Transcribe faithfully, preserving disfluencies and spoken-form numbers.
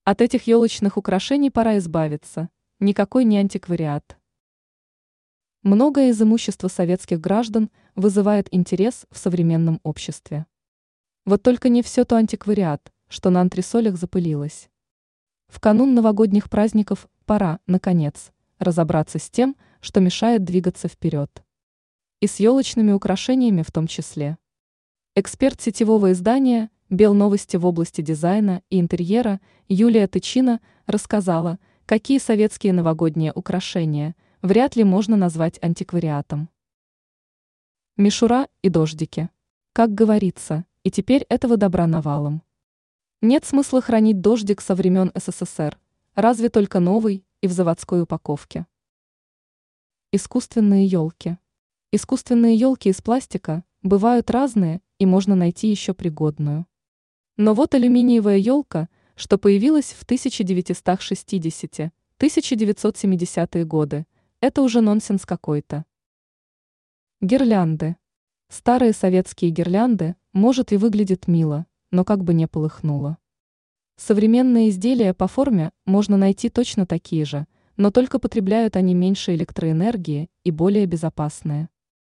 От этих елочных украшений пора избавиться. Никакой не антиквариат. Многое из имущества советских граждан вызывает интерес в современном обществе. Вот только не все то антиквариат, что на антресолях запылилось. В канун новогодних праздников пора, наконец, разобраться с тем, что мешает двигаться вперед. И с елочными украшениями в том числе. Эксперт сетевого издания «Белновости» в области дизайна и интерьера Юлия Тычина рассказала, какие советские новогодние украшения вряд ли можно назвать антиквариатом. Мишура и дождики. Как говорится, и теперь этого добра навалом. Нет смысла хранить дождик со времен СССР, разве только новый и в заводской упаковке. Искусственные елки. Искусственные елки из пластика бывают разные, и можно найти еще пригодную. Но вот алюминиевая елка, что появилась в тысяча девятьсот шестидесятые — тысяча девятьсот семидесятые годы, это уже нонсенс какой-то. Гирлянды. Старые советские гирлянды, может, и выглядят мило, но как бы не полыхнуло. Современные изделия по форме можно найти точно такие же, но только потребляют они меньше электроэнергии и более безопасные.